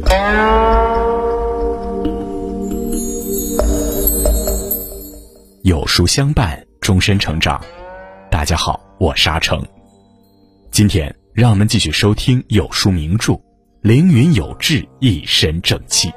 有书相伴，终身成长。大家好，我沙成。今天让我们继续收听有书名著《凌云有志，一身正气》。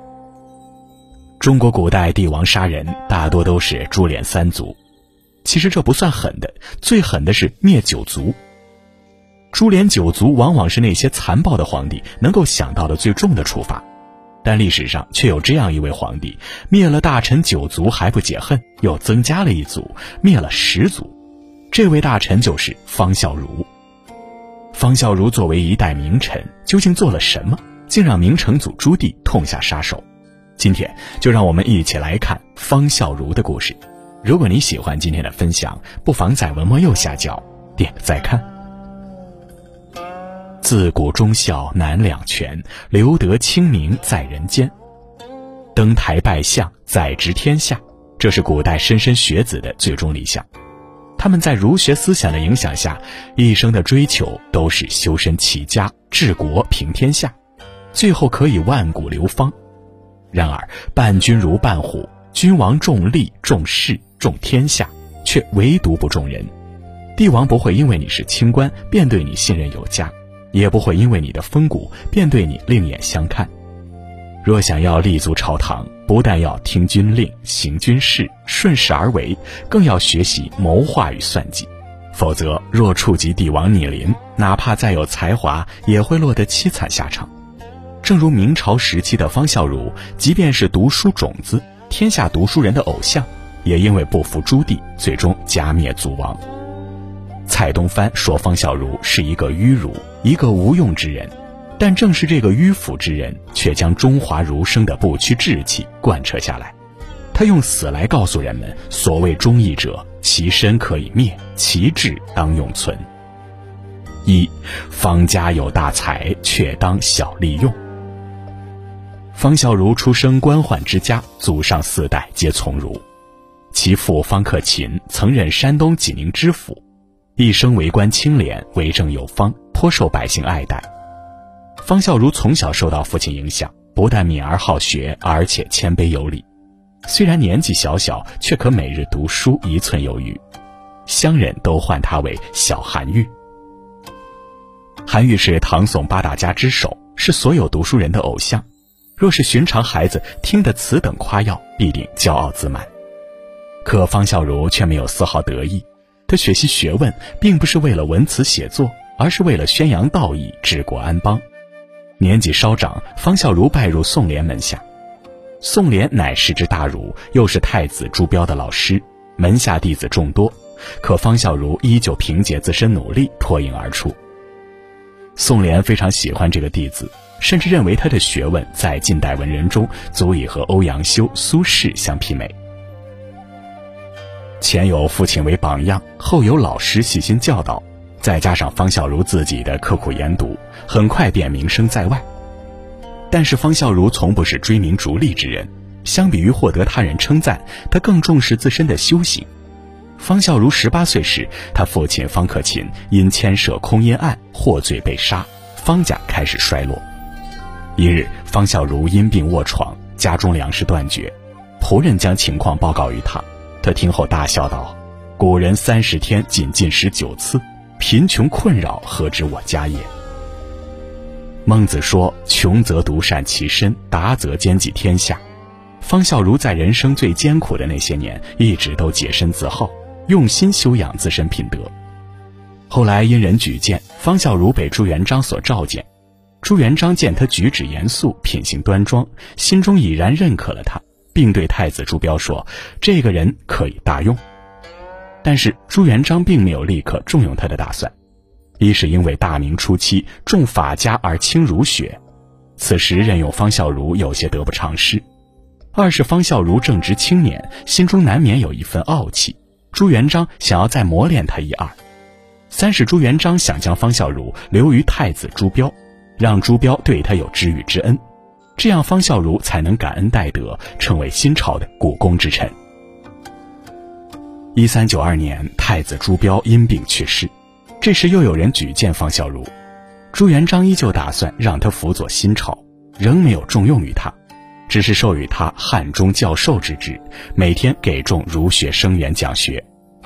中国古代帝王杀人大多都是株连三族，其实这不算狠的，最狠的是灭九族。株连九族往往是那些残暴的皇帝能够想到的最重的处罚，但历史上却有这样一位皇帝，灭了大臣9族还不解恨，又增加了1族，灭了10族。这位大臣就是方孝孺。方孝孺作为一代名臣，究竟做了什么，竟让明成祖朱棣痛下杀手？今天就让我们一起来看方孝孺的故事。如果你喜欢今天的分享，不妨在文末右下角点个再看。自古忠孝难两全，留得清明在人间。登台拜相，宰执天下，这是古代莘莘学子的最终理想。他们在儒学思想的影响下，一生的追求都是修身齐家，治国平天下，最后可以万古流芳。然而伴君如伴虎，君王重利重势重天下，却唯独不重人。帝王不会因为你是清官便对你信任有加，也不会因为你的风骨便对你另眼相看。若想要立足朝堂，不但要听军令，行军事，顺势而为，更要学习谋划与算计。否则若触及帝王逆鳞，哪怕再有才华，也会落得凄惨下场。正如明朝时期的方孝孺，即便是读书种子，天下读书人的偶像，也因为不服朱棣，最终家灭族亡。蔡东藩说方孝孺是一个迂儒，一个无用之人，但正是这个迂腐之人，却将中华儒生的不屈志气贯彻下来。他用死来告诉人们，所谓忠义者，其身可以灭，其志当永存。1. 方家有大才，却当小利用。方孝孺出生官宦之家，祖上4代皆从儒。其父方克勤曾任山东济宁知府，一生为官清廉，为政有方，颇受百姓爱戴。方孝孺从小受到父亲影响，不但敏而好学，而且谦卑有礼。虽然年纪小小，却可每日读书，一寸有余。乡人都唤他为小韩愈。韩愈是唐宋8大家之首，是所有读书人的偶像。若是寻常孩子听得此等夸耀，必定骄傲自满。可方孝孺却没有丝毫得意，他学习学问并不是为了文辞写作，而是为了宣扬道义，治国安邦。年纪稍长，方孝孺拜入宋濂门下。宋濂乃时之大儒，又是太子朱标的老师，门下弟子众多，可方孝孺依旧凭借自身努力脱颖而出。宋濂非常喜欢这个弟子，甚至认为他的学问在近代文人中足以和欧阳修、苏轼相媲美。前有父亲为榜样，后有老师细心教导，再加上方孝孺自己的刻苦研读，很快便名声在外。但是方孝孺从不是追名逐利之人，相比于获得他人称赞，他更重视自身的修行。方孝孺18岁时，他父亲方克勤因牵涉空阴案获罪被杀，方家开始衰落。一日，方孝孺因病卧床，家中粮食断绝，仆人将情况报告于他，他听后大笑道：“古人30天仅进食9次，贫穷困扰，何止我家也？”孟子说：“穷则独善其身，达则兼济天下。”方孝孺在人生最艰苦的那些年，一直都洁身自好，用心修养自身品德。后来因人举荐，方孝孺被朱元璋所召见。朱元璋见他举止严肃，品行端庄，心中已然认可了他，并对太子朱标说：“这个人可以大用。”但是朱元璋并没有立刻重用他的打算。一是因为大明初期重法家而轻儒学，此时任用方孝孺有些得不偿失；二是方孝孺正值青年，心中难免有一份傲气，朱元璋想要再磨练他一二；三是朱元璋想将方孝孺留于太子朱标，让朱标对他有知遇之恩，这样方孝孺才能感恩戴德，成为新朝的股肱之臣。1392年，太子朱标因病去世，这时又有人举荐方孝孺，朱元璋依旧打算让他辅佐新朝， 仍没有重用于他，只是授予他汉中教授之职，每天给众儒学生员讲学。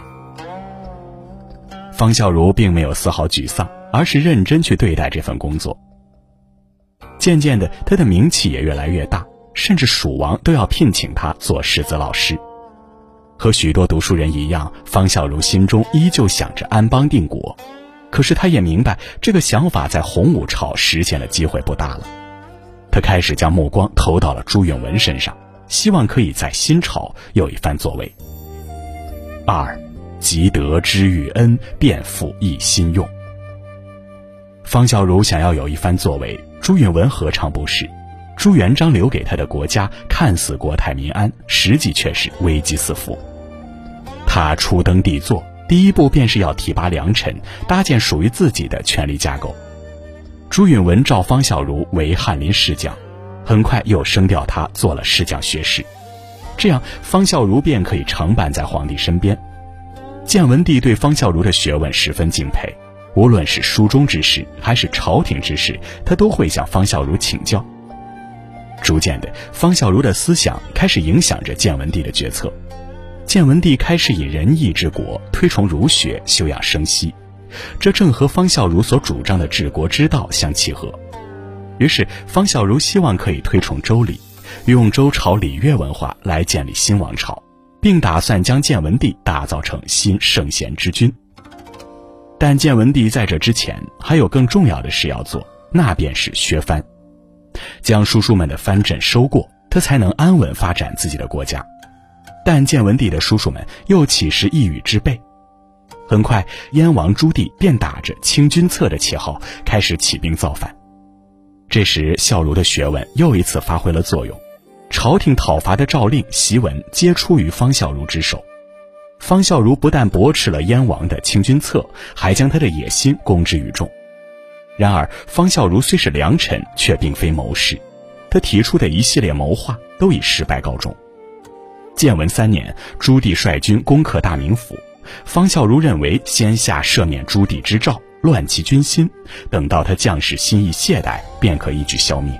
方孝孺并没有丝毫沮丧，而是认真去对待这份工作。渐渐的，他的名气也越来越大，甚至蜀王都要聘请他做识字老师。和许多读书人一样，方孝孺心中依旧想着安邦定国，可是他也明白这个想法在洪武朝实现的机会不大了。他开始将目光投到了朱允炆身上，希望可以在新朝有一番作为。二，积德知遇恩，变富一心用。方孝孺想要有一番作为，朱允炆何尝不是？朱元璋留给他的国家看似国泰民安，实际却是危机四伏。他初登帝座，第一步便是要提拔良臣，搭建属于自己的权力架构。朱允炆召方孝孺为翰林侍讲，很快又升调他做了侍讲学士，这样方孝孺便可以常伴在皇帝身边。建文帝对方孝孺的学问十分敬佩，无论是书中之事还是朝廷之事，他都会向方孝孺请教。逐渐的，方孝孺的思想开始影响着建文帝的决策。建文帝开始以仁义治国，推崇儒学，休养生息，这正和方孝孺所主张的治国之道相契合。于是方孝孺希望可以推崇周礼，用周朝礼乐文化来建立新王朝，并打算将建文帝打造成新圣贤之君。但建文帝在这之前还有更重要的事要做，那便是削藩，将叔叔们的藩镇收过，他才能安稳发展自己的国家。但建文帝的叔叔们又岂是一语之辈？很快，燕王朱棣便打着清君侧的旗号开始起兵造反。这时孝孺的学问又一次发挥了作用，朝廷讨伐的诏令檄文皆出于方孝孺之手。方孝孺不但驳斥了燕王的清君侧，还将他的野心公之于众。然而方孝孺虽是良臣，却并非谋士，他提出的一系列谋划都以失败告终。建文3年，朱棣率军攻克大名府，方孝孺认为先下赦免朱棣之诏，乱其军心，等到他将士心意懈怠，便可一举消灭。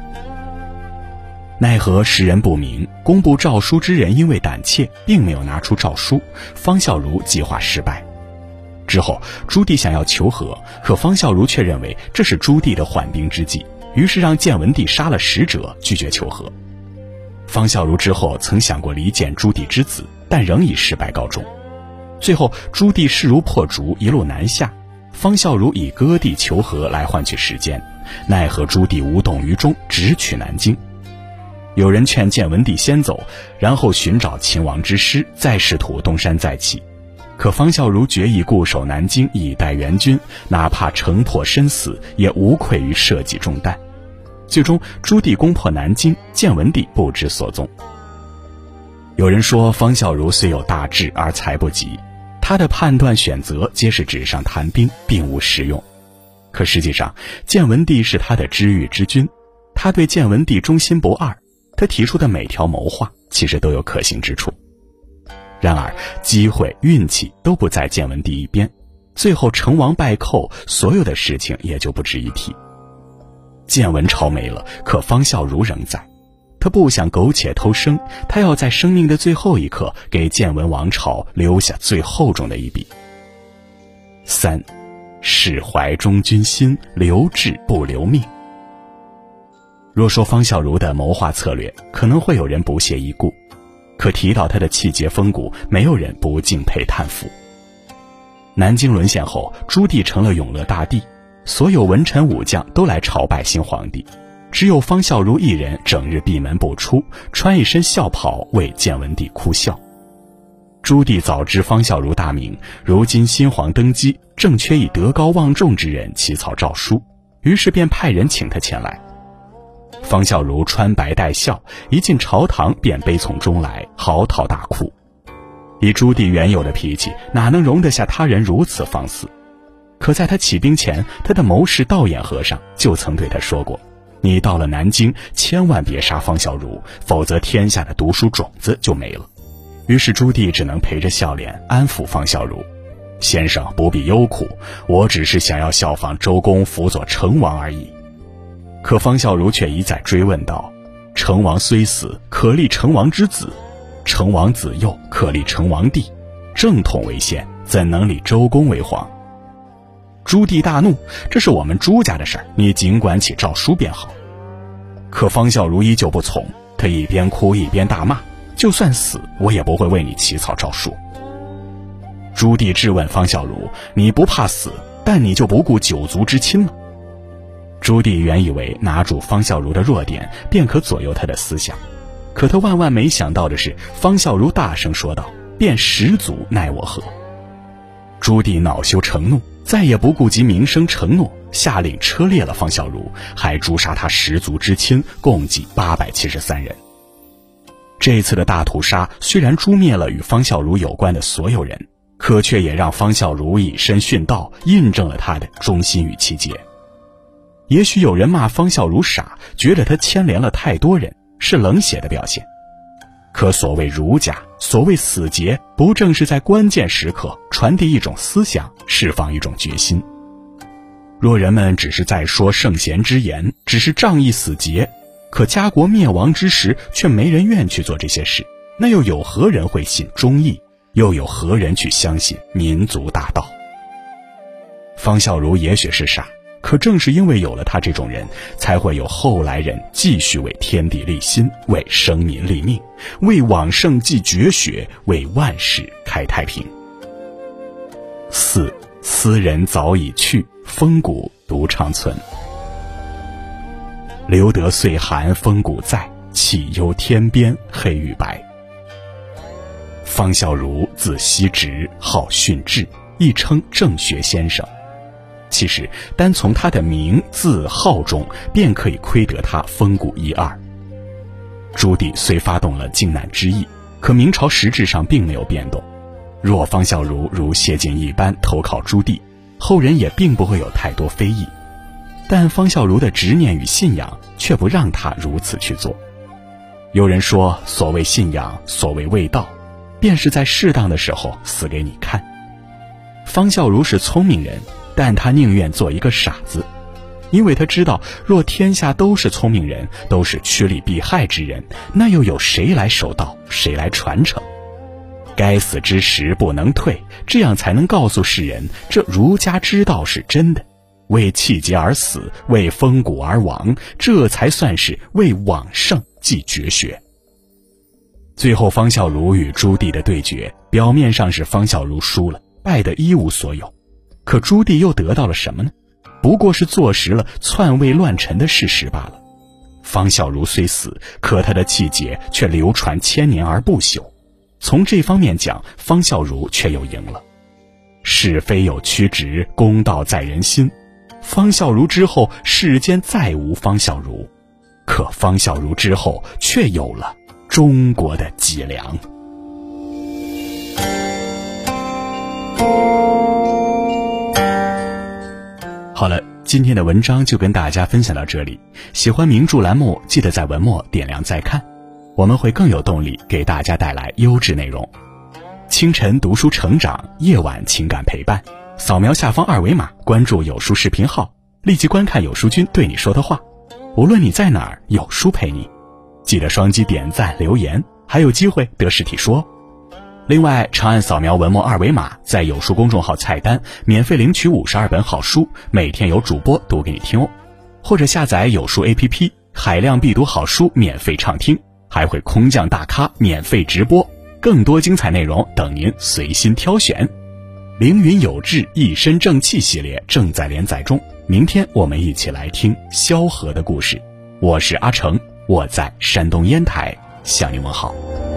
奈何时人不明，公布诏书之人因为胆怯，并没有拿出诏书，方孝孺计划失败。之后朱棣想要求和，可方孝孺却认为这是朱棣的缓兵之计，于是让建文帝杀了使者，拒绝求和。方孝孺之后曾想过离间朱棣之子，但仍以失败告终。最后朱棣势如破竹，一路南下，方孝孺以割地求和来换取时间，奈何朱棣无动于衷，直取南京。有人劝建文帝先走，然后寻找秦王之师，再试图东山再起。可方孝孺决意固守南京，以待援军，哪怕城破身死，也无愧于社稷重担。最终朱棣攻破南京，建文帝不知所踪。有人说方孝孺虽有大志而才不及，他的判断选择皆是纸上谈兵，并无实用。可实际上建文帝是他的知遇之君，他对建文帝忠心不二，他提出的每条谋划其实都有可行之处。然而机会运气都不在建文帝一边，最后成王败寇，所有的事情也就不值一提。建文朝没了，可方孝孺仍在，他不想苟且偷生，他要在生命的最后一刻给建文王朝留下最厚重的一笔。3，释怀忠君心，留志不留命。若说方孝孺的谋划策略，可能会有人不屑一顾，可提到他的气节风骨，没有人不敬佩叹服。南京沦陷后，朱棣成了永乐大帝，所有文臣武将都来朝拜新皇帝，只有方孝孺一人整日闭门不出，穿一身孝袍为建文帝哭笑。朱棣早知方孝孺大名，如今新皇登基，正缺以德高望重之人起草诏书，于是便派人请他前来。方孝孺穿白戴孝，一进朝堂便悲从中来，嚎啕大哭。以朱棣原有的脾气，哪能容得下他人如此放肆？可在他起兵前，他的谋士道衍和尚就曾对他说过，你到了南京，千万别杀方孝孺，否则天下的读书种子就没了。于是朱棣只能陪着笑脸安抚方孝孺，先生不必忧苦，我只是想要效仿周公辅佐成王而已。 可方孝孺却一再追问道：成王虽死，可立成王之子；成王子幼，可立成王弟。正统为先，怎能立周公为皇？朱棣大怒：这是我们朱家的事儿，你尽管起诏书便好。可方孝孺依旧不从，他一边哭一边大骂：就算死，我也不会为你起草诏书。朱棣质问方孝孺：你不怕死，但你就不顾九族之亲吗？朱棣原以为拿住方孝孺的弱点便可左右他的思想，可他万万没想到的是，方孝孺大声说道：便十族奈我何？朱棣恼羞成怒，再也不顾及民生承诺，下令车裂了方孝孺，还诛杀他十族之亲，共计873人。这次的大屠杀虽然诛灭了与方孝孺有关的所有人，可却也让方孝孺以身殉道，印证了他的忠心与气节。也许有人骂方孝孺傻，觉得他牵连了太多人，是冷血的表现。可所谓儒家，所谓死节，不正是在关键时刻传递一种思想，释放一种决心？若人们只是在说圣贤之言，只是仗义死节，可家国灭亡之时却没人愿去做这些事，那又有何人会信忠义？又有何人去相信民族大道？方孝孺也许是傻，可正是因为有了他这种人，才会有后来人继续为天地立心，为生民立命，为往圣继绝学，为万世开太平。4. 斯人早已去，风骨独长存。留得岁寒风骨在，岂忧天边黑与白。方孝孺字希直，号训志，亦称正学先生。其实单从他的名字号中便可以窥得他风骨一二。朱棣虽发动了靖难之役，可明朝实质上并没有变动。若方孝孺如谢晋一般投靠朱棣，后人也并不会有太多非议。但方孝孺的执念与信仰却不让他如此去做。有人说，所谓信仰，所谓卫道，便是在适当的时候死给你看。方孝孺是聪明人，但他宁愿做一个傻子，因为他知道，若天下都是聪明人，都是趋利避害之人，那又有谁来守道，谁来传承？该死之时不能退，这样才能告诉世人，这儒家之道是真的，为气节而死，为风骨而亡，这才算是为往圣继绝学。最后方孝孺与朱棣的对决，表面上是方孝孺输了，败得一无所有，可朱棣又得到了什么呢？不过是坐实了篡位乱臣的事实罢了。方孝孺虽死，可他的气节却流传千年而不朽。从这方面讲，方孝孺却又赢了。是非有曲直，公道在人心。方孝孺之后，世间再无方孝孺，可方孝孺之后，却有了中国的脊梁。好了，今天的文章就跟大家分享到这里。喜欢名著栏目，记得在文末点亮再看，我们会更有动力给大家带来优质内容。清晨读书成长，夜晚情感陪伴。扫描下方二维码，关注有书视频号，立即观看有书君对你说的话。无论你在哪儿，有书陪你。记得双击点赞留言，还有机会得实体书哦。另外，长按扫描文末二维码，在有书公众号菜单免费领取52本好书，每天有主播读给你听哦。或者下载有书 APP， 海量必读好书免费畅听，还会空降大咖免费直播，更多精彩内容等您随心挑选。凌云有志，一身正气系列正在连载中，明天我们一起来听萧何的故事。我是阿成，我在山东烟台向您问好。